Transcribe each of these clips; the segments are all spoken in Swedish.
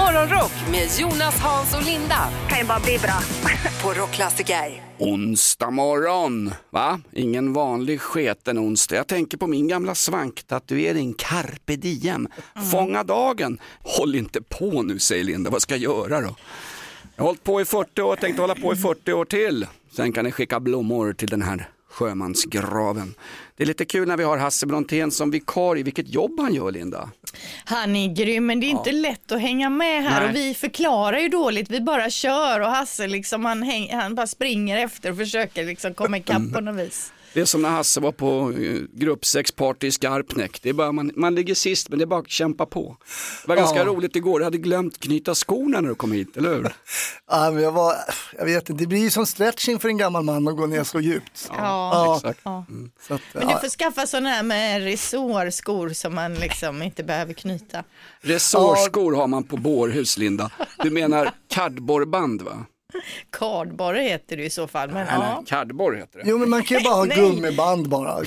Morgonrock med Jonas, Hans och Linda. Kan ju bara bli bra. På Rockklassiker. Onsdag morgon, va? Ingen vanlig sketen onsdag. Jag tänker på min gamla svanktatuering, carpe diem. Fånga dagen. Håll inte på nu, säger Linda. Vad ska jag göra då? Jag har hållit på i 40 år, tänkte hålla på i 40 år till. Sen kan ni skicka blommor till den här sjömansgraven. Det är lite kul när vi har Hasse Brontén som vikarie. Vilket jobb han gör, Linda. Han är grym, men det är inte lätt att hänga med här. Nej. Och vi förklarar ju dåligt, vi bara kör och Hasse liksom, han bara springer efter och försöker liksom komma ikapp på något vis. Det är som när Hasse var på grupp 6-party i Skarpnäck. Det är bara, man ligger sist, men det är bara att kämpa på. Det var ganska roligt igår. Jag hade glömt knyta skorna när du kom hit, eller hur? Ja, men jag vet inte, det blir ju som stretching för en gammal man att gå ner så djupt. Ja. Exakt. Ja. Så att, Men du får skaffa sådana här med resårskor som man liksom inte behöver knyta. Resårskor har man på bårhus, Linda. Du menar kardborreband, va? Kardborre heter det i så fall. Men, Nej, kardborr heter det. Jo, men man kan ju bara ha Nej. gummiband bara.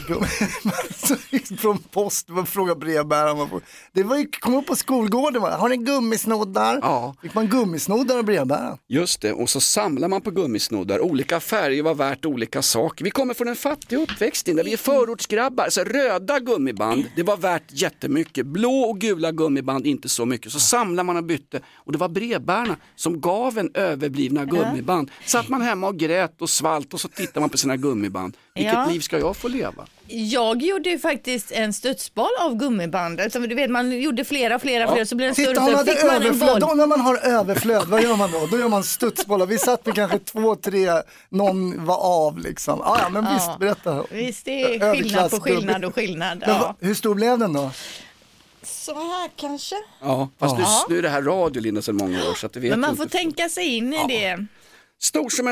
Från post, man frågar brevbäraren. Det var ju, kom upp på skolgården, har ni gummisnoddar? Ja. Fick man gummisnoddar och brevbäraren? Just det, och så samlar man på gummisnoddar. Olika färger var värt olika saker. Vi kommer från en fattig uppväxt där vi är förortsgrabbar. Så röda gummiband, det var värt jättemycket. Blå och gula gummiband, inte så mycket. Så samlar man och bytte. Och det var brevbärarna som gav en överblivna gummiband. Satt man hemma och grät och svalt och så tittar man på sina gummiband. Vilket liv ska jag få leva? Jag gjorde ju faktiskt en studsboll av gummiband. Du vet, man gjorde flera så blev den större. Titta, Så fick man en boll. då, när man har överflöd, vad gör man då? Då gör man studsbollar. Vi satt med kanske 2-3, någon var av liksom. Ja, men visst, berätta. Visst, det är skillnad på skillnad och skillnad. Ja. Hur stor blev den då? Så här kanske. Ja, fast nu är det här radio, Linda, sedan många år. Så att det vet Men man inte. får tänka sig in i det. Stor som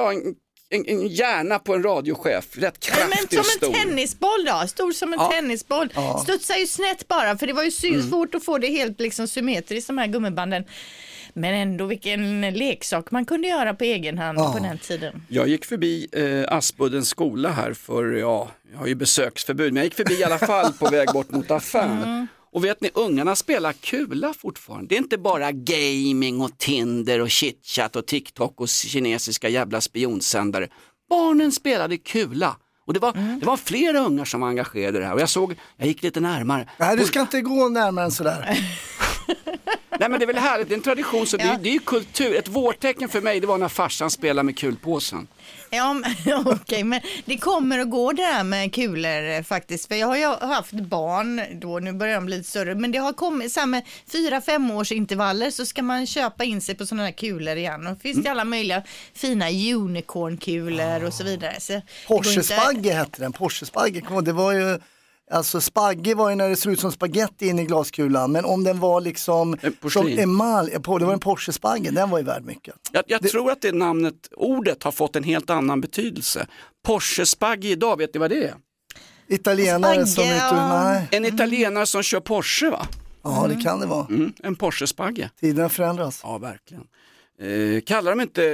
en hjärna på en radiochef. Rätt kraftig Men och som stor. en tennisboll då, stor som en tennisboll. Studsar ju snett bara, för det var ju svårt att få det helt liksom symmetriskt, de här gummibanden. Men ändå vilken leksak man kunde göra på egen hand på den tiden. Jag gick förbi Aspuddens skola här för, jag har ju besöksförbud, men jag gick förbi i alla fall på väg bort mot affären. Och vet ni, ungarna spelar kula fortfarande. Det är inte bara gaming och Tinder och chitchat och TikTok och kinesiska jävla spionsändare. Barnen spelade kula. Och det var flera ungar som var engagerade i det här. Och jag gick lite närmare. Nej, du ska inte gå närmare än sådär. Nej, men det är väl härligt, det är en tradition, så det är ju kultur. Ett vårtecken för mig, det var när farsan spelade med kulpåsen. Ja, okej, men det kommer att gå där med kulor faktiskt. För jag har ju haft barn då, nu börjar de bli lite större. Men det har kommit så här med 4-5 års intervaller, så ska man köpa in sig på sådana här kulor igen. Och det finns det alla möjliga fina unicornkulor och så vidare. Så Porsche-spagge hette den. Porsche-spagge, det var ju... Alltså spagge var ju när det ser ut som spaghetti in i glaskulan, men om den var liksom som emalj på, det var en Porsche-spagge, den var ju värd mycket. Jag tror att det ordet har fått en helt annan betydelse. Porsche-spagge idag, vet ni vad det är? Italienare spagge, som En italienare som kör Porsche, va? Ja, det kan det vara. En Porsche-spagge. Tiden förändras. Ja, verkligen. Kallar de inte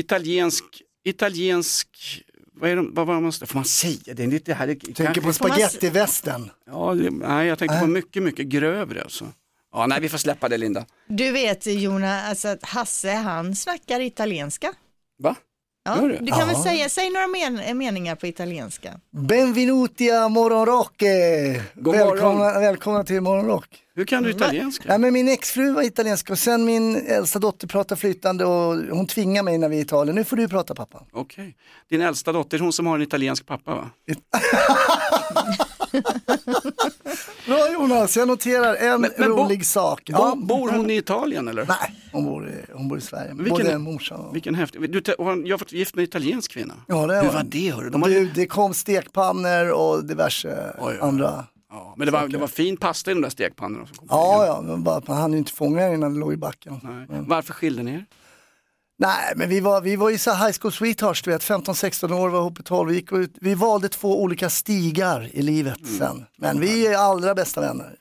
italiensk vad får man säga? Det är lite här. Tänker på spagettivästen. Ja, nej, jag tänker på mycket, mycket grövre alltså. Ja, nej, vi får släppa det, Linda. Du vet, Jonas, alltså att Hasse, han snackar italienska. Va? Ja, du kan väl säg några meningar på italienska. Benvenuti a Morgonrock. Välkomna till Morgonrock. Hur kan du italienska? Nej, men min exfru var italienska och sen min äldsta dotter pratar flytande och hon tvingar mig när vi är i Italien. Nu får du prata, pappa. Okej. Din äldsta dotter, hon som har en italiensk pappa, va? Bra, Jonas, jag noterar en rolig sak. Bor hon i Italien eller? Nej, hon bor i Sverige. Både morsan och... Vilken häftig. Jag har fått gift med en italiensk kvinna. Ja, det hur var det, hörru? Det kom stekpannor och diverse andra. Ja, men det var fin pasta i de där stekpannorna. Men bara, man hann ju inte fånga innan det låg i backen. Nej. Varför skilde ni er? Nej, men vi var ju så high school sweethearts, du vet, 15-16 år, var ihop i 12, vi valde 2 olika stigar i livet sen. Men vi är allra bästa vänner.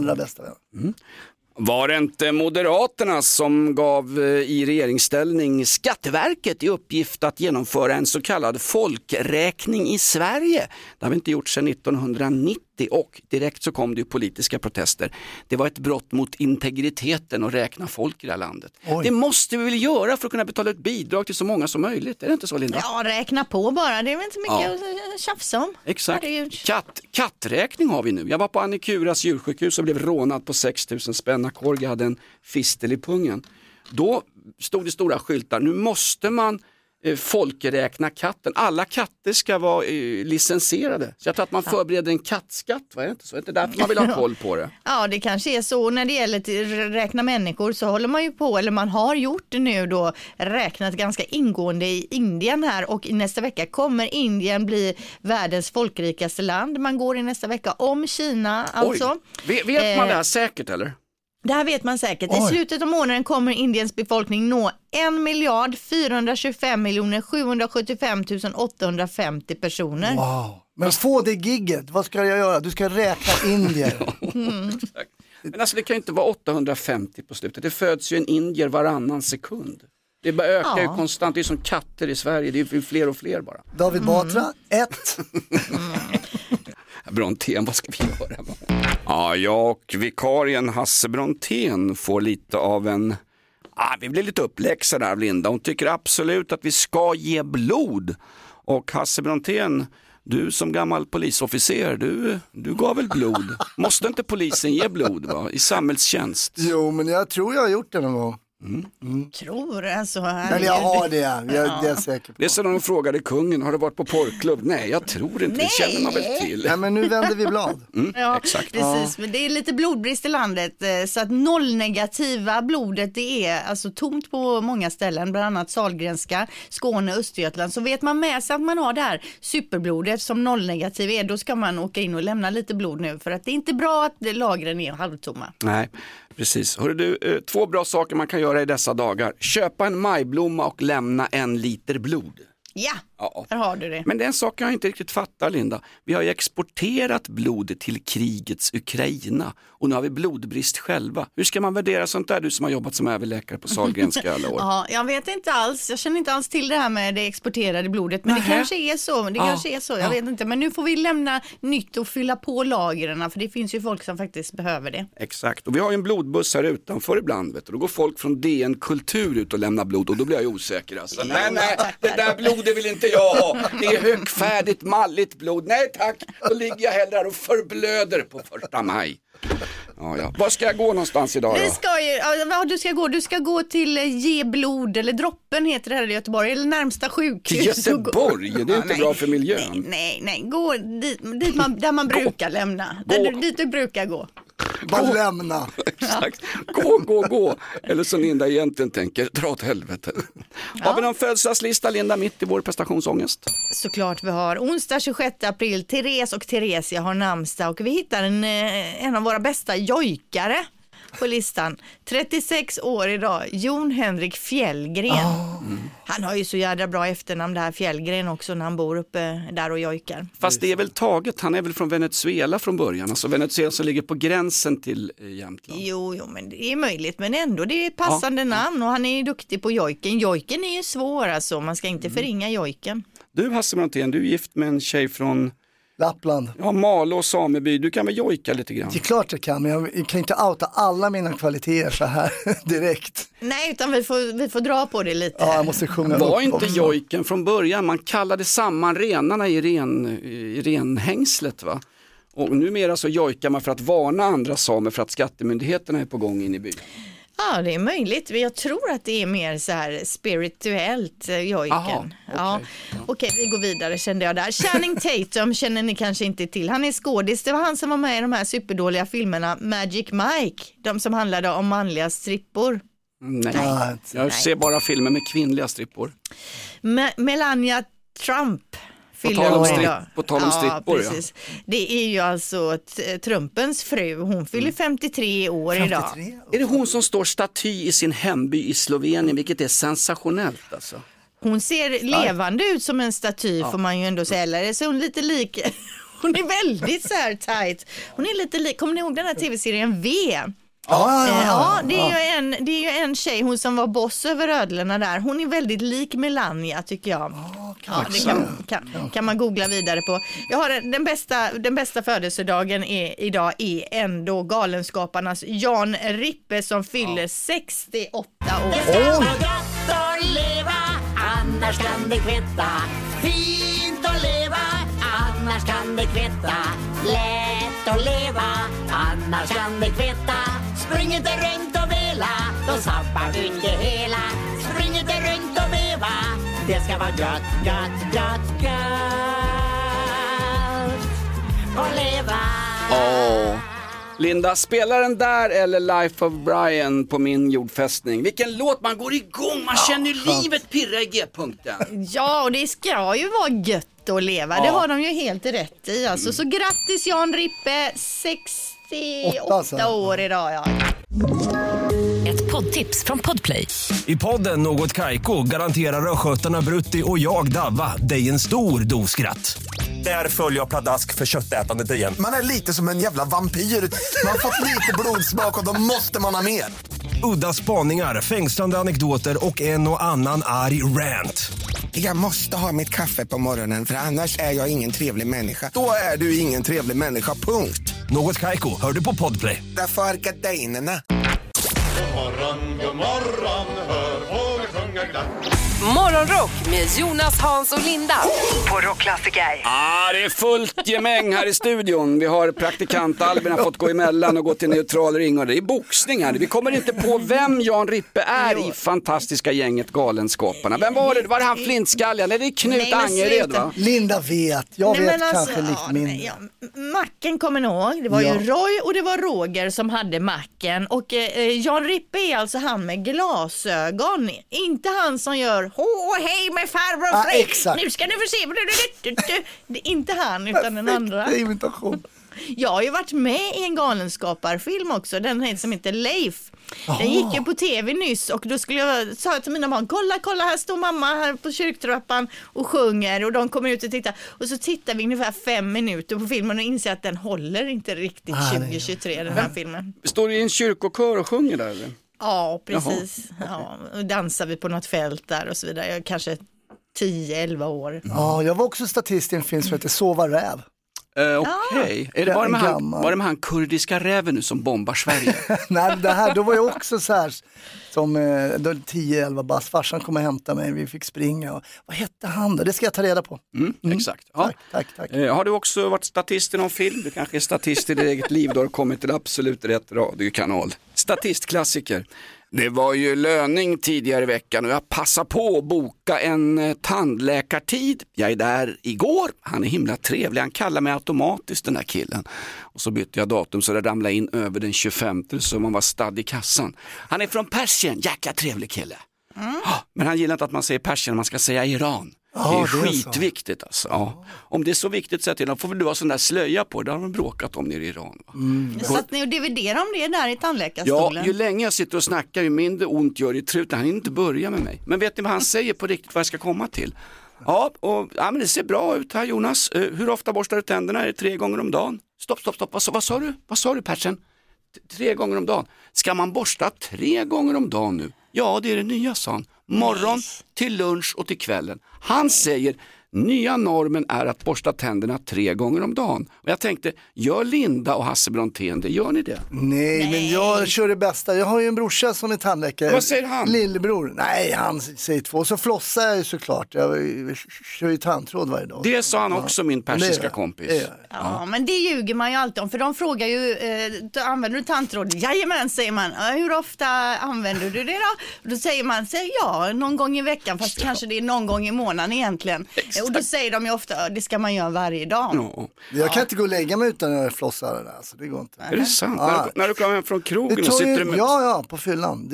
Var det inte Moderaterna som gav i regeringsställning Skatteverket i uppgift att genomföra en så kallad folkräkning i Sverige? Det har vi inte gjort sedan 1990. 90 och direkt så kom det ju politiska protester. Det var ett brott mot integriteten och räkna folk i det här landet. Oj. Det måste vi väl göra för att kunna betala ett bidrag till så många som möjligt. Är det inte så, Linda? Ja, räkna på bara. Det är väl inte mycket att tjafsa om. Exakt. Katträkning har vi nu. Jag var på Annikuras djursjukhus och blev rånad på 6 000 spänn. Korgi hade en fistel i pungen. Då stod det stora skyltar. Nu måste man folkräkna katten. Alla katter ska vara licensierade. Så jag tror att man förbereder en kattskatt. Var det inte så? Det är därför man vill ha koll på det. Ja, det kanske är så. När det gäller att räkna människor så håller man ju på, eller man har gjort det nu då, räknat ganska ingående i Indien här, och i nästa vecka kommer Indien bli världens folkrikaste land. Man går i nästa vecka om Kina alltså. Oj. Vet man det här säkert eller? Det här vet man säkert. Oj. I slutet av månaden kommer Indiens befolkning nå 1.425.775 850 personer. Wow. Men få det gigget, vad ska jag göra? Du ska räkna indier. Men alltså det kan ju inte vara 850 på slutet. Det föds ju en indier varannan sekund. Det bara ökar ju konstant. Det är som katter i Sverige. Det är fler och fler bara. David Batra, 1. Brontén, vad ska vi göra? Ja, jag och vikarien Hasse Brontén får lite av en... vi blir lite uppläxade av Linda. Hon tycker absolut att vi ska ge blod. Och Hasse Brontén, du som gammal polisofficer, du gav väl blod? Måste inte polisen ge blod i samhällstjänst? Jo, men jag tror jag har gjort det någon gång. Tror alltså. Eller jag har det, det är jag säker på. Det är så när de frågade kungen, har du varit på porrklubb? Nej, jag tror inte, det känner man väl till. Ja, men nu vänder vi blad. Ja, exakt. Precis, men det är lite blodbrist i landet, så att nollnegativa blodet, det är alltså tomt på många ställen, bland annat Sahlgrenska, Skåne, Östergötland. Så vet man med sig att man har det här superblodet som nollnegativ är, då ska man åka in och lämna lite blod nu, för att det är inte bra att lagren är halvtomma. Nej, precis. Hörru du, 2 bra saker man kan göra i dessa dagar. Köpa en majblomma och lämna 1 liter blod. Ja, där har du det. Men det är en sak jag inte riktigt fattar, Linda. Vi har ju exporterat blod till krigets Ukraina och nu har vi blodbrist själva. Hur ska man värdera sånt där, du som har jobbat som överläkare på Sahlgrenska alla år? Ja, jag vet inte alls. Jag känner inte alls till det här med det exporterade blodet. Men det kanske är så. Jag vet inte. Men nu får vi lämna nytt och fylla på lagren. För det finns ju folk som faktiskt behöver det. Exakt. Och vi har ju en blodbuss här utanför ibland. Vet du. Då går folk från DN Kultur ut och lämnar blod. Och då blir jag ju osäker. Alltså. Nej, det där blodet vill inte jag ha. Det är högfärdigt, malligt blod. Nej tack, då ligger jag hellre här och förblöder på 1 maj. Ja. Var ska jag gå någonstans idag då? Du ska gå till Ge blod, eller Droppen heter det här i Göteborg, eller närmsta sjukhus. Till Göteborg? Det är inte bra för miljön. Nej, gå dit där man brukar lämna. Dit du brukar gå. Bara lämna. Exakt. Gå. Eller som Linda egentligen tänker, dra åt helvete. Har vi någon födelsedagslista, Linda, mitt i vår prestationsångest? Såklart vi har. Onsdag 26 april, Therese och Theresia har namnsdag, och vi hittar en av våra bästa jojkare på listan. 36 år idag, Jon Henrik Fjällgren. Han har ju så jävla bra efternamn, det här Fjällgren också, när han bor uppe där och jojkar. Fast det är väl taget, han är väl från Venezuela från början. Alltså Venezuela som ligger på gränsen till Jämtland. Jo, men det är möjligt, men ändå det är ett passande namn, och han är ju duktig på jojken. Jojken är ju svår alltså, man ska inte förringa jojken. Du Hasse Brontén, du är gift med en tjej från Lappland. Ja, Malå och Sameby. Du kan väl jojka lite grann? Det är klart jag kan, men jag kan inte outa alla mina kvaliteter så här direkt. Nej, utan vi får dra på det lite. Ja, jag måste sjunga. Var inte jojken från början? Man kallade samman renarna i renhängslet, va? Och numera så jojkar man för att varna andra samer för att skattemyndigheterna är på gång in i byn. Ja, det är möjligt. Jag tror att det är mer så här spirituellt jojken. Aha, ja. Okej, vi går vidare, kände jag där. Channing Tatum känner ni kanske inte till. Han är skådis. Det var han som var med i de här superdåliga filmerna Magic Mike. De som handlade om manliga strippor. Nej. Jag ser bara filmer med kvinnliga strippor. Melania Trump. På tal om strippor, precis. Det är ju alltså Trumpens fru. Hon fyller 53 år 53? Idag. Är det hon som står staty i sin hemby i Slovenien, vilket är sensationellt alltså? Hon ser levande ut som en staty, får man ju ändå säga. Eller så hon lite lik... Hon är väldigt så här tight. Hon är lite lik... Kommer ni ihåg den här tv-serien V? Ja, det är ju en tjej, hon som var boss över ödlorna där. Hon är väldigt lik Melania tycker jag. Kan man googla vidare på. Jag har den bästa födelsedagen idag är ändå Galenskaparnas Jan Rippe som fyller 68 år. Det ska vara gott att leva, annars kan det kvitta. Fint att leva, annars kan det kvitta. Lätt att leva, annars kan det kvitta. Spring inte runt och vela, då sappar du det hela. Spring inte runt och veva, det ska vara gött, gött, gött, gött att leva. Linda, spelar den där eller Life of Brian på min jordfästning? Vilken låt, man går igång, man känner livet pirra i G-punkten. Ja, och det ska ju vara gött att leva, det har de ju helt rätt i. Alltså. Så grattis Jan Rippe, 68 år idag. Ja. Ett poddtips från Podplay. I podden Något Kaiko garanterar röskötarna Brutti och jag Davva dig en stor doskratt. Där följer jag pladask för köttätandet igen. Man är lite som en jävla vampyr. Man har fått lite blodsmak och då måste man ha mer. Udda spaningar, fängslande anekdoter och en och annan arg rant. Jag måste ha mitt kaffe på morgonen för annars är jag ingen trevlig människa. Då är du ingen trevlig människa, punkt. Något Kaiko, hör du på Podplay. Därför är gardinerna. God morgon, hör fåglar sjunga glatt. Morgonrock med Jonas, Hans och Linda på Rockklassiker. Det är fullt gemäng här i studion. Vi har praktikant Albin har fått gå emellan och gå till neutral ring. Och det är boxning här. Vi kommer inte på vem Jan Rippe är i fantastiska gänget Galenskaparna. Vem var det? Var det han flintskalliga? Eller det är Knut Angered, va? Linda vet. Jag vet kanske lite mindre. Macken kommer ni ihåg. Det var ju Roy och det var Roger som hade Macken. Och Jan Rippe är alltså han med glasögon. Inte han som gör hej med farbror Frej. Nu ska du få se. Det är inte han utan den andra. Imitation. Jag har ju varit med i en Galenskaparfilm också. Den som heter Leif. Den gick ju på tv nyss och då skulle jag säga till mina barn, kolla här står mamma här på kyrktrappan och sjunger och de kommer ut och tittar. Och så tittar vi ungefär 5 minuter på filmen och inser att den håller inte riktigt 2023 den här filmen. Står du i en kyrkokör och sjunger där eller? Ja, precis. Ja, och dansar vi på något fält där och så vidare. Jag kanske 10-11 år. Ja, jag var också statist i en film som heter Sova räv. Okej. Var det med han kurdiska räven nu som bombar Sverige? Nej, då var jag också så här som 10-11 bast. Farsan kom och hämtade mig, vi fick springa. Och, vad hette han då? Det ska jag ta reda på. Exakt. Ja. Tack. Har du också varit statist i någon film? Du kanske är statist i ditt eget liv. Du har kommit till absolut rätt radiokanal. Statistklassiker. Det var ju löning tidigare i veckan och jag passar på att boka en tandläkartid. Jag är där igår, han är himla trevlig, han kallar mig automatiskt den här killen. Och så bytte jag datum så det ramlade in över den 25 så man var stadd i kassan. Han är från Persien, jäkla trevlig kille. Men han gillar inte att man säger Persien, man ska säga Iran. Det är skitviktigt alltså. Ja. Om det är så viktigt så att då får väl du ha sån där slöja på. Det har de bråkat om nere i Iran. Satt ni och dividerade om det där i tandläkarstolen? Ja, ju längre jag sitter och snackar ju mindre ont gör i truten. Han hinner inte börja med mig. Men vet ni vad han säger på riktigt vad jag ska komma till? Ja, men det ser bra ut här Jonas. Hur ofta borstar du tänderna? Är det 3 gånger om dagen? Stopp. Vad sa du Persen? 3 gånger om dagen. Ska man borsta 3 gånger om dagen nu? Ja, det är det nya, sa han. Morgon till lunch och till kvällen. Han säger, nya normen är att borsta tänderna 3 gånger om dagen. Och jag tänkte, gör Linda och Hasse Brontén det? Gör ni det? Nej, men jag kör det bästa. Jag har ju en brorsa som är tandläkare. Vad säger han? Lillebror. Nej, han säger 2. Så flossar jag ju såklart. Jag kör ju tandtråd varje dag. Det sa han också, min persiska kompis. Ja, men det ljuger man ju alltid om. För de frågar ju, använder du tandtråd? Jajamän, säger man. Hur ofta använder du det då? Då säger man, någon gång i veckan. Fast kanske det är någon gång i månaden egentligen. Och då säger de ju ofta, det ska man göra varje dag. Ja. Jag kan inte gå och lägga mig utan att flossa det där, så det går inte. Är det sant? När du kommer hem från krogen och sitter du med... Ja, på fyllan.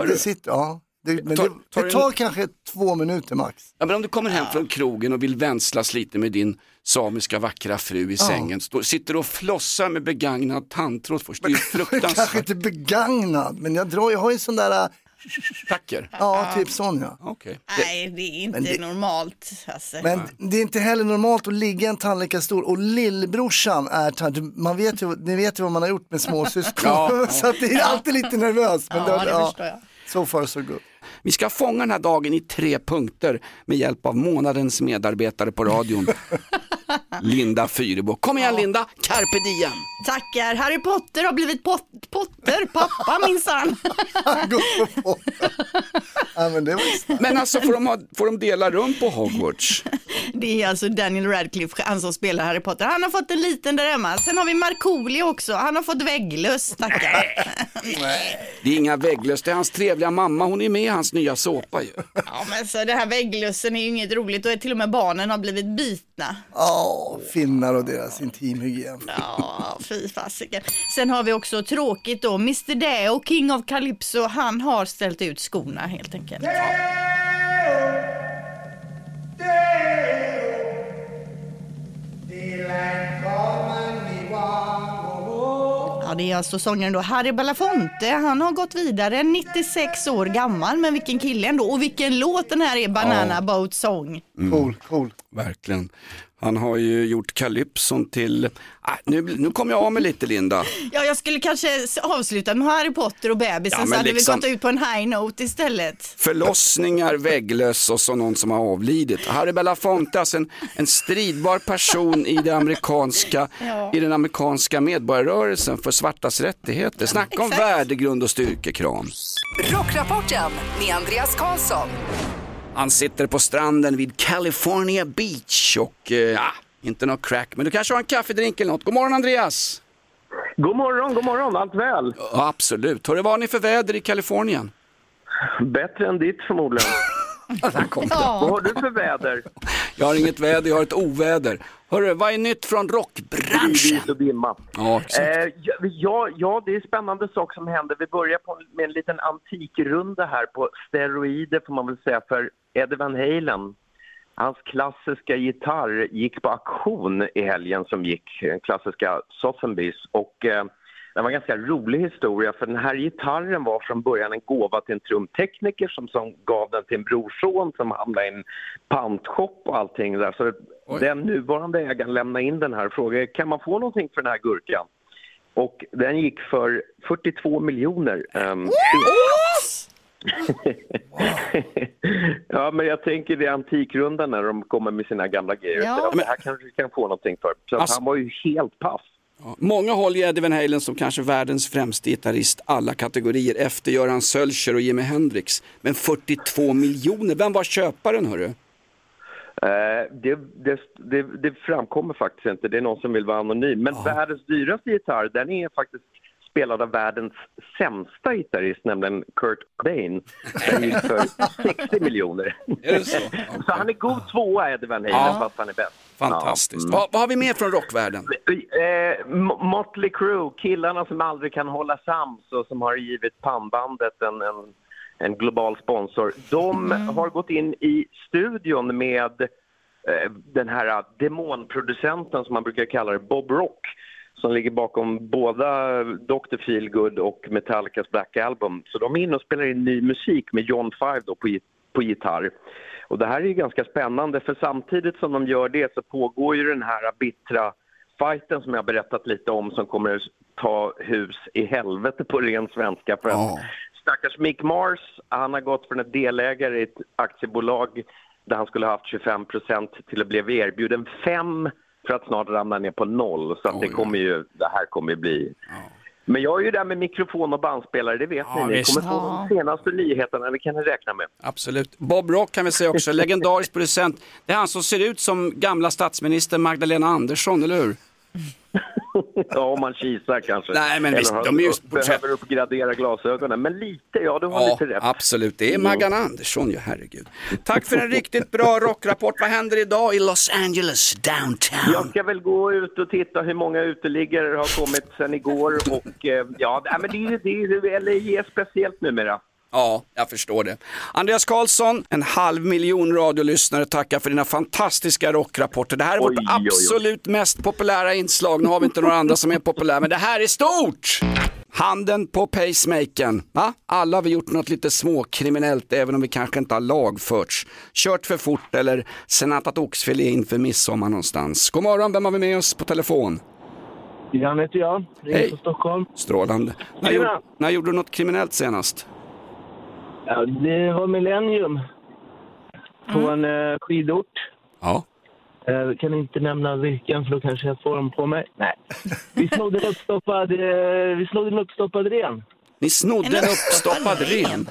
Det tar kanske 2 minuter max. Ja, men om du kommer hem från krogen och vill vänslas lite med din samiska vackra fru i sängen, sitter du och flossar med begagnad tandtråd först. Det är ju fruktansvärt. Kanske inte begagnad, men jag har ju sån där Tacker? Ja, typ sån ja. Okay. Nej, det är inte normalt. Alltså. Men det är inte heller normalt att ligga en tandläkarstol och lillbrorsan ni vet ju vad man har gjort med småsyskon. Så att det är alltid lite nervöst. Men det förstår jag. So far so good. Vi ska fånga den här dagen i 3 punkter med hjälp av månadens medarbetare på radion. Linda Fyrebo. Kom igen Linda, carpe diem. Tackar. Harry Potter har blivit Potter, pappa minsann. Ja, men det var men alltså får de dela rum på Hogwarts? Det är alltså Daniel Radcliffe, han som spelar Harry Potter. Han har fått en liten där hemma. Sen har vi Markoolio också. Han har fått vägglöss, tackar. Det är inga vägglöss, det är hans trevliga mamma. Hon är med i hans nya såpa ju. Ja, men så det här vägglössen är ju inget roligt. Och till och med barnen har blivit bitna. Finnar och deras intimhygien. Ja, fy fasiken. Sen har vi också tråkigt då, Mr. Deo, King of Calypso, han har ställt ut skorna helt enkelt. Ja, det är alltså sångaren då Harry Belafonte. Han har gått vidare, 96 år gammal, men vilken kille ändå. Och vilken låt den här är, Banana Boat Song. Cool. Verkligen. Han har ju gjort Calypson till... Nu kommer jag av mig lite, Linda. Ja, jag skulle kanske avsluta med Harry Potter och bebisen, så hade vi gått ut på en high note istället. Förlossningar, vägglöss och så någon som har avlidit. Harry Belafonte, alltså en stridbar person i den amerikanska medborgarrörelsen för svartas rättigheter. Snacka om värdegrund och styrkekram. Rockrapporten med Andreas Karlsson. Han sitter på stranden vid California Beach och inte något crack, men du kanske har en kaffedrink eller något. God morgon Andreas! God morgon, allt väl? Ja, absolut. Vad har ni för väder i Kalifornien? Bättre än ditt förmodligen. Vad har du för väder? Jag har inget väder, jag har ett oväder. Hörru, vad är nytt från rockbranschen? Och dimma. Ja, exakt. Ja, det är spännande saker som händer. Vi börjar med en liten antikrunda här på steroider får man väl säga för Eddie Van Halen. Hans klassiska gitarr gick på auktion i helgen som gick, klassiska Sotheby's, och det var en ganska rolig historia för den här gitarren var från början en gåva till en trumtekniker som gav den till en brorson som hamnade i en pantshop och allting där. Så den nuvarande ägaren lämnade in den här och frågade, kan man få någonting för den här gurkan? Och den gick för 42 miljoner. Ja, men jag tänker det är antikrundan när de kommer med sina gamla grejer. Ja. Men här kanske vi kan få någonting för. Så alltså, han var ju helt paff. Ja, många håller Eddie Van Halen som kanske världens främste gitarrist alla kategorier efter Göran Sölcher och Jimi Hendrix. Men 42 miljoner, vem var köparen hörru? Det framkommer faktiskt inte. Det är någon som vill vara anonym. Men världens dyraste gitarr, den är faktiskt spelad av världens sämsta gitarrist, nämligen Kurt Cobain. Den gick för 60 miljoner. Är det så? Okay. Så han är god tvåa, Eddie Van Halen, fast han är bäst. Fantastiskt. Vad har vi mer från rockvärlden? Motley Crue, killarna som aldrig kan hålla sams och som har givit pannbandet en global sponsor. De har gått in i studion med den här demonproducenten som man brukar kalla det, Bob Rock, som ligger bakom båda Dr. Feelgood och Metallicas Black Album. Så de är inne och spelar in ny musik med John Five då på gitarr. Och det här är ju ganska spännande för samtidigt som de gör det så pågår ju den här bittra fighten som jag berättat lite om som kommer ta hus i helvete på ren svenska. För att stackars Mick Mars, han har gått från ett delägare i ett aktiebolag där han skulle ha haft 25% till att bli erbjuden 5 för att snart ramla ner på 0. Så att det här kommer ju bli... Men jag är ju där med mikrofon och bandspelare, det vet ni. Ni kommer få de senaste nyheterna, det kan ni räkna med. Absolut. Bob Rock kan vi säga också, legendarisk producent. Det är han som ser ut som gamla statsminister Magdalena Andersson, eller hur? Ja, om man kisar kanske. Nej, men visst, de är ju... behöver uppgradera glasögonen. Men lite, du har lite rätt. Absolut, det är Magdalena Andersson, ja herregud. Tack för en riktigt bra rockrapport. Vad händer idag i Los Angeles, downtown? Jag ska väl gå ut och titta hur många uteliggare har kommit sedan igår. Och men det är LA speciellt numera. Ja, jag förstår det. Andreas Karlsson, 500 000 radiolyssnare, tackar för dina fantastiska rockrapporter. Det här är vårt absolut mest populära inslag. Nu har vi inte några andra som är populära, men det här är stort! Handen på pacemakern. Va? Alla har vi gjort något lite småkriminellt även om vi kanske inte har lagförts. Kört för fort eller senatat oxfilé inför midsommar någonstans. God morgon, vem har vi med oss på telefon? Jan heter jag. Hej. Från Stockholm. Strålande. När gjorde du något kriminellt senast? Ja, det var Millennium. På en skidort. Ja. Jag kan inte nämna vilken för då kanske jag får dem på mig. Nej. Vi snodde en uppstoppad ren. Ni snodde en uppstoppad ren?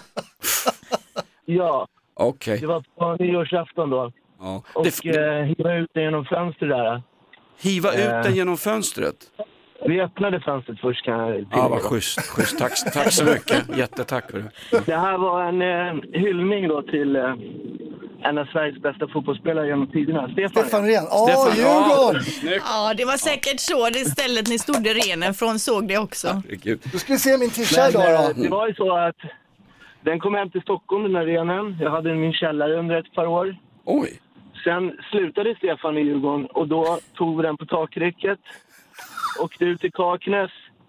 Ja. Okej. Det var på nyårsafton då. Ja. Och hiva ut den genom fönstret där. Hiva ut den genom fönstret? Vi öppnade fönstret först kan jag Ja, vad schysst. Tack så mycket. Jättetack för det. Det här var en hyllning då till en av Sveriges bästa fotbollsspelare genom tiderna. Stefan Rehn. Djurgården! Ja, det var säkert så. Det stället ni stod i renen från såg det också. Du skulle se min tisha idag då. Det var ju så att den kom hem till Stockholm, den här renen. Jag hade min källare under ett par år. Oj. Sen slutade Stefan i Djurgården och då tog vi den på takräcket. Åkte ut till Kaknäs.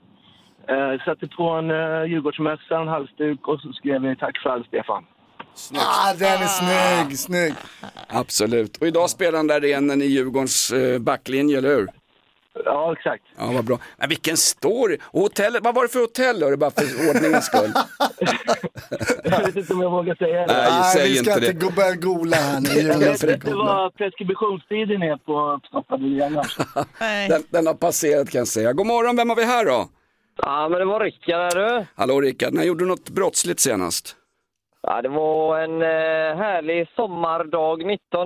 Satte på en Djurgårdsmässa, en halsduk och så skrev vi tack för allt Stefan. Snyggt. Den är snygg. Absolut. Och idag spelar den där renen i Djurgårdens backlinje, eller hur? Ja, exakt. Ja, vad bra. Men vilken story. Och hotellet, vad var det för hotell då? Det bara för ordningens skull. Jag vet inte om jag vågar säga det. Nej, vi ska inte börja gola här nu. Det var preskriptionstiden är på uppstoppade renar. Den har passerat kan jag säga. God morgon, vem har vi här då? Ja, men det var Rickard här du. Hallå Rickard, när gjorde du något brottsligt senast? Ja, det var en härlig sommardag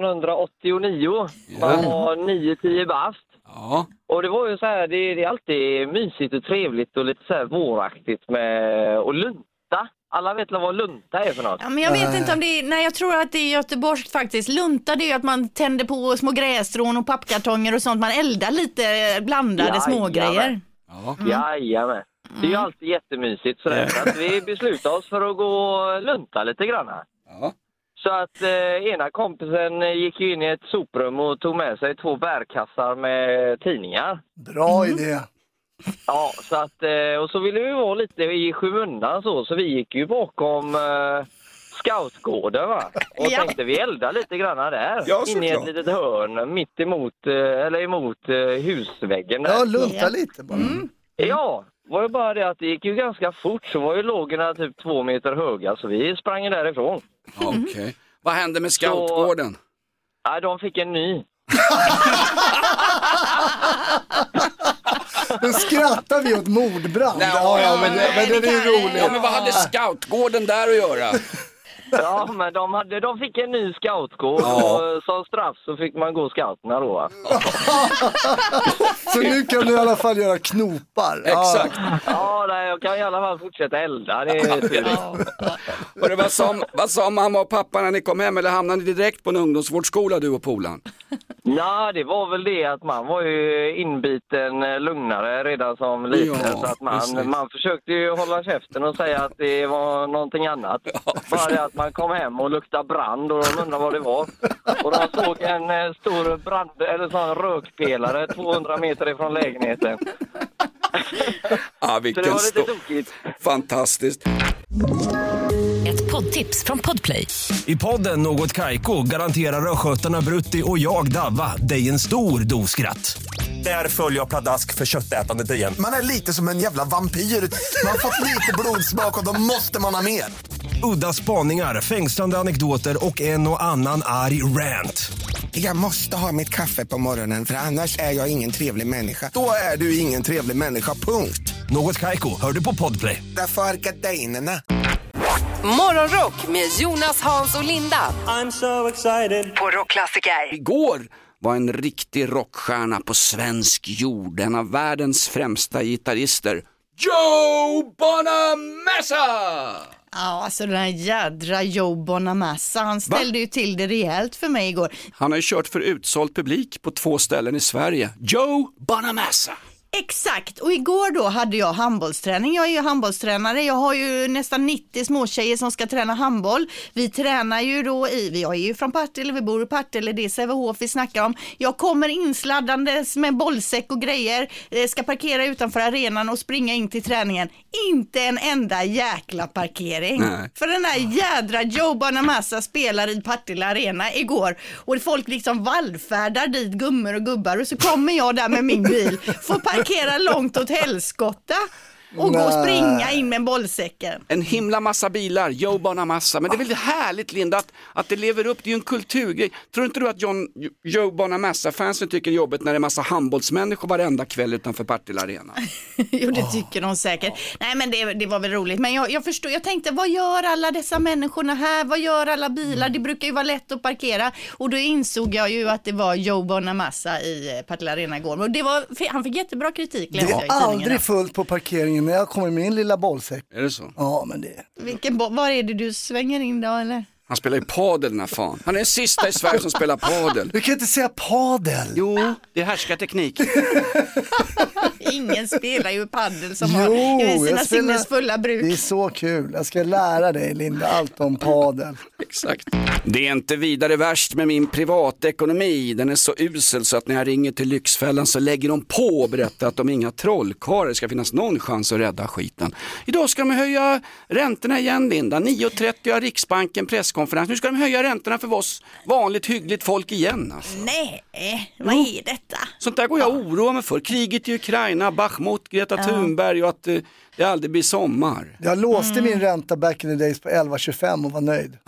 1989. Man var 9-10 bast. Ja. Och det var ju så här, det är alltid mysigt och trevligt och lite så här våraktigt med och lunta. Alla vet vad lunta är för något. Ja, men jag vet inte om det är, nej jag tror att det är göteborgskt faktiskt. Lunta det är ju att man tänder på små grässtrån och pappkartonger och sånt. Man eldar lite blandade smågrejer. Ja. Jajamän. Det är ju alltid jättemysigt sådär. Så att vi beslutade oss för att gå och lunta lite grann. Ja. Så att ena kompisen gick in i ett soprum och tog med sig 2 bärkassar med tidningar. Bra idé. Ja, så att, och så ville vi vara lite i skymundan så vi gick ju bakom scoutgården va? Och tänkte vi eldar lite grann där. Ja, in i ett litet hörn mitt emot, emot husväggen. Där. Ja, lunta lite bara. Ja, var ju bara det att det gick ju ganska fort så var ju lågorna typ 2 meter höga så vi sprang därifrån. Okej. Vad hände med scoutgården? Nej, de fick en ny. Nu skrattar vi åt mordbrand. Ja, men det är ju roligt. Ja, men vad hade scoutgården där att göra? Ja, men de fick en ny scoutgård och som straff så fick man gå scouterna då. Så nu kan du i alla fall göra knopar. Exakt. Ja, nej, jag kan i alla fall fortsätta elda. Det är Och det vad sa mamma och pappa när ni kom hem eller hamnade ni direkt på en ungdomsvårdsskola du och polan? Nej, det var väl det att man var ju inbiten lugnare redan som liten så att man försökte ju hålla käften och säga att det var någonting annat. Bara det att man kom hem och luktade brand och de undrade vad det var. Och de såg en stor sån rökpelare 200 meter ifrån lägenheten. Ja, vilken så det var lite tokigt. Fantastiskt. Ett poddtips från Podplay. I podden Något Kaiko garanterar röskötarna Brutti och jag Davva dig en stor doskratt. Där följer jag pladask för köttätandet igen. Man är lite som en jävla vampyr. Man har fått lite blodsmak och då måste man ha mer. Udda spaningar, fängslande anekdoter och en och annan arg rant. Jag måste ha mitt kaffe på morgonen för annars är jag ingen trevlig människa. Då är du ingen trevlig människa, punkt. Något Kaiko, hör du på Podplay. Därför är gardinerna. Morgonrock med Jonas, Hans och Linda. I'm so excited. På Rockklassiker. Igår var en riktig rockstjärna på svensk jord. En av världens främsta gitarrister. Joe Bonamassa! Ja, alltså den här jädra Joe Bonamassa, han ställde ju till det rejält för mig igår. Han har ju kört för utsåld publik på 2 ställen i Sverige. Joe Bonamassa. Exakt, och igår då hade jag handbollsträning. Jag är ju handbollstränare, jag har ju nästan 90 småtjejer som ska träna handboll. Vi tränar ju då jag är ju från Partille, vi bor i Partille, det är Sävehof vi snackar om. Jag kommer insladdandes med bollsäck och grejer, ska parkera utanför arenan och springa in till träningen. Inte en enda jäkla parkering. Nej. För den här jädra Joe Bonamassa spelar i Partille arena igår och folk liksom vallfärdar dit gummor och gubbar och så kommer jag där med min bil, får parkera långt åt helskotta och gå och springa in med bollsäcken. En himla massa bilar, Joe Bonamassa. Men det är väl härligt, Linda, att det lever upp. Det är ju en kulturgrej. Tror inte du att Joe Bonamassa-fansen tycker jobbet när det är massa handbollsmänniskor varenda kväll utanför Partille arena? Jo, det tycker de säkert. Nej, men det var väl roligt. Men jag förstår, jag tänkte, vad gör alla dessa människorna här? Vad gör alla bilar? Det brukar ju vara lätt att parkera. Och då insåg jag ju att det var Joe Bonamassa i Partille arena igår. Och han fick jättebra kritik. Det var aldrig fullt på parkeringen när jag kommer med min lilla bollsäck. Är det så? Ja, men det... Var är det du svänger in då, eller? Han spelar ju padel, den här fan. Han är den sista i Sverige som spelar padel. Du kan inte säga padel. Jo, det är härskarteknik. Ingen spelar ju padel som har sina sinnesfulla bruk. Det är så kul. Jag ska lära dig, Linda, allt om padel. Exakt. Det är inte vidare värst med min privatekonomi. Den är så usel så att när jag ringer till Lyxfällan så lägger de på och berättar att om inga trollkarlar ska finnas någon chans att rädda skiten. Idag ska de höja räntorna igen, Linda. 9:30 har Riksbanken presskonferens. Nu ska de höja räntorna för oss vanligt hyggligt folk igen. Alltså. Nej, vad är detta? Sånt där går jag oroa mig för. Kriget i Ukraina, Bachmut, Greta Thunberg och att det aldrig blir sommar. Jag låste min ränta back in the days på 11,25 och var nöjd.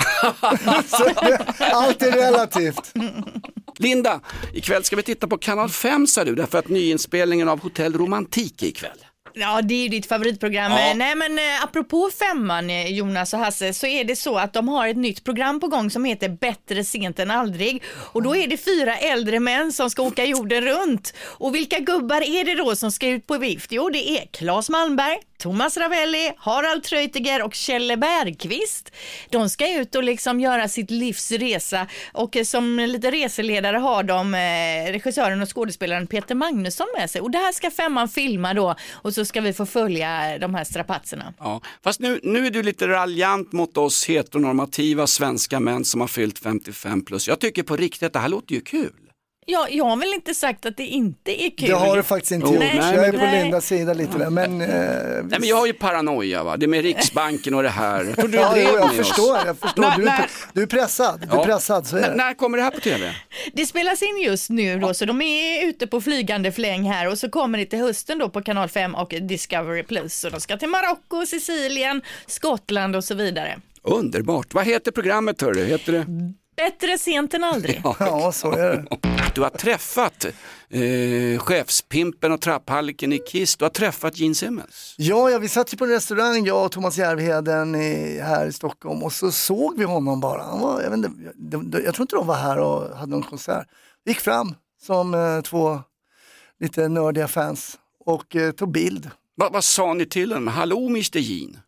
Allt är relativt. Linda, ikväll ska vi titta på Kanal 5, sa du, därför att nyinspelningen av Hotell Romantik ikväll. Ja, det är ju ditt favoritprogram. Ja. Nej, men apropå femman, Jonas och Hasse, så är det så att de har ett nytt program på gång som heter Bättre sent än aldrig. Och då är det 4 äldre män som ska åka jorden runt. Och vilka gubbar är det då som ska ut på vift? Jo, det är Claes Malmberg, Thomas Ravelli, Harald Treutiger och Kjelle Bergqvist. De ska ut och liksom göra sitt livs resa, och som lite reseledare har de regissören och skådespelaren Peter Magnusson med sig. Och det här ska femman filma då, och så ska vi få följa de här strapatserna. Ja, fast nu är du lite raljant mot oss heteronormativa svenska män som har fyllt 55 plus. Jag tycker på riktigt att det här låter ju kul. Ja, jag har väl inte sagt att det inte är kul. Det har du faktiskt inte gjort. Jag är på Lindas sida lite där. Men, nej, men jag har ju paranoia, va? Det är med Riksbanken och det här. Jag förstår. Du är pressad. Du är pressad, så är det. När kommer det här på tv? Det spelas in just nu då, så de är ute på flygande fläng här, och så kommer det till hösten då på Kanal 5 och Discovery Plus. Så de ska till Marocko, Sicilien, Skottland och så vidare. Underbart. Vad heter programmet, hörru? Heter det? Bättre sent än aldrig. Ja, så är det. Du har träffat chefspimpen och trapphalliken i Kiss. Du har träffat Gene Simmons. Ja, vi satt ju på en restaurang, jag och Thomas Järvheden här i Stockholm, och så såg vi honom bara. Han var, jag tror inte de var här och hade någon konsert. Vi gick fram som 2 lite nördiga fans och tog bild. Vad sa ni till honom? Hallå, Mr. Gene?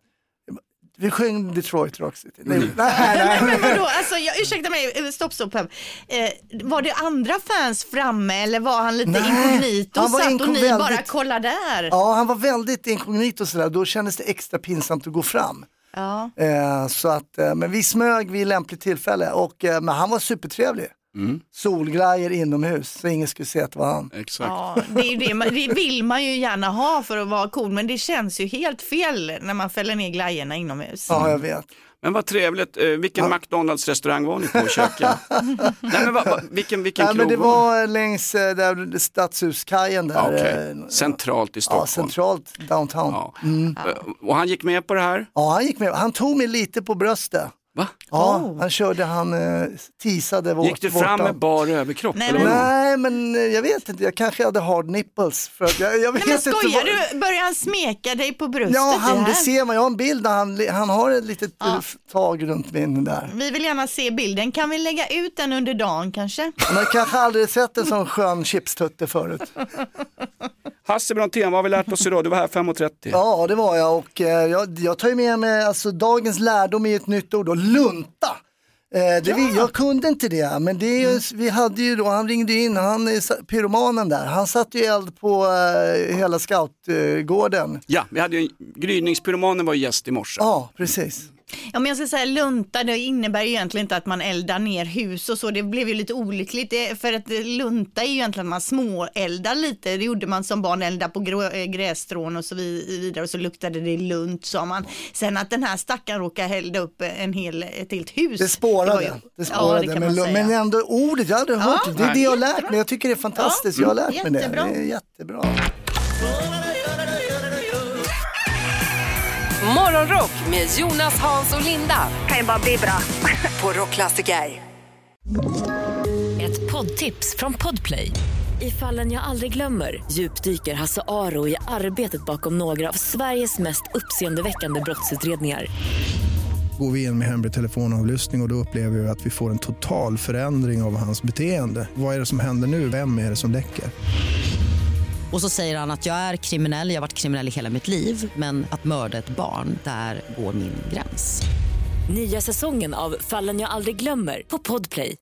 Vi sjöng Detroit Rock City. Nej. Men vadå? Alltså, ursäkta mig, stopp. Var det andra fans framme, eller var han lite inkognito och satt och ni bara kollade där? Ja, han var väldigt inkognito sådär. Då kändes det extra pinsamt att gå fram. Ja. Så att, men vi smög vid lämpligt tillfälle, men han var supertrevlig. Solgrejer inomhus, så ingen skulle se att det var han. Exakt. Ja, det vill man ju gärna ha för att vara cool, men det känns ju helt fel när man fäller ner grejerna inomhus. Ja, jag vet. Men vad trevligt. Vilken McDonalds-restaurang var ni på att käka? Nej, men vilken krog men det var längs där Stadshuskajen där. Okay. Centralt i Stockholm. Ja, centralt downtown. Ja. Och han gick med på det här? Ja, han gick med. Han tog mig lite på bröstet. Va? Ja, han körde, han teasade vårt. Gick du fram med bar överkropp? Nej, men jag vet inte, jag kanske hade hard nipples för att jag vet. Nej, men skojar du? Börjar han smeka dig på bröstet? Ja, det ser man. Jag har en bild där han har ett litet tag runt min där. Vi vill gärna se bilden. Kan vi lägga ut den under dagen kanske? Man har kanske aldrig sett en sån skön chipstutte förut. Hasse Brontén, vad har vi lärt oss idag? Du var här 5:30. Ja, det var jag, och jag tar ju med mig, alltså dagens lärdom i ett nytt ord då, lunta. Jag kunde inte det, men vi hade ju då, han ringde in, pyromanen där, han satte ju eld på hela scoutgården. Ja, vi hade ju, gryningspyromanen var gäst i morse. Ja, precis. Ja, men jag ska säga lunta, det innebär ju egentligen inte att man eldar ner hus och så, det blev ju lite olyckligt för att lunta är ju egentligen att man småeldar lite, det gjorde man som barn, elda på grässtrån och så vidare och så luktade det lunt, sa man. Sen att den här stackaren råkade hällda upp ett helt hus. Det spårade, men ändå ordet, jag hade hört det är det jag har lärt mig, jag tycker det är fantastiskt, jag har lärt mig det är jättebra. Morgonrock med Jonas, Hans och Linda. Kan ju bara bli bra. På Rockklassiker. Ett poddtips från Podplay. I Fallen jag aldrig glömmer djupdyker Hasse Aro i arbetet bakom några av Sveriges mest uppseendeväckande brottsutredningar. Går vi in med hemlig telefonavlyssning och då upplever vi att vi får en total förändring av hans beteende. Vad är det som händer nu? Vem är det som läcker? Och så säger han att jag är kriminell, jag har varit kriminell i hela mitt liv. Men att mörda ett barn, där går min gräns. Nya säsongen av Fallen jag aldrig glömmer på Podplay.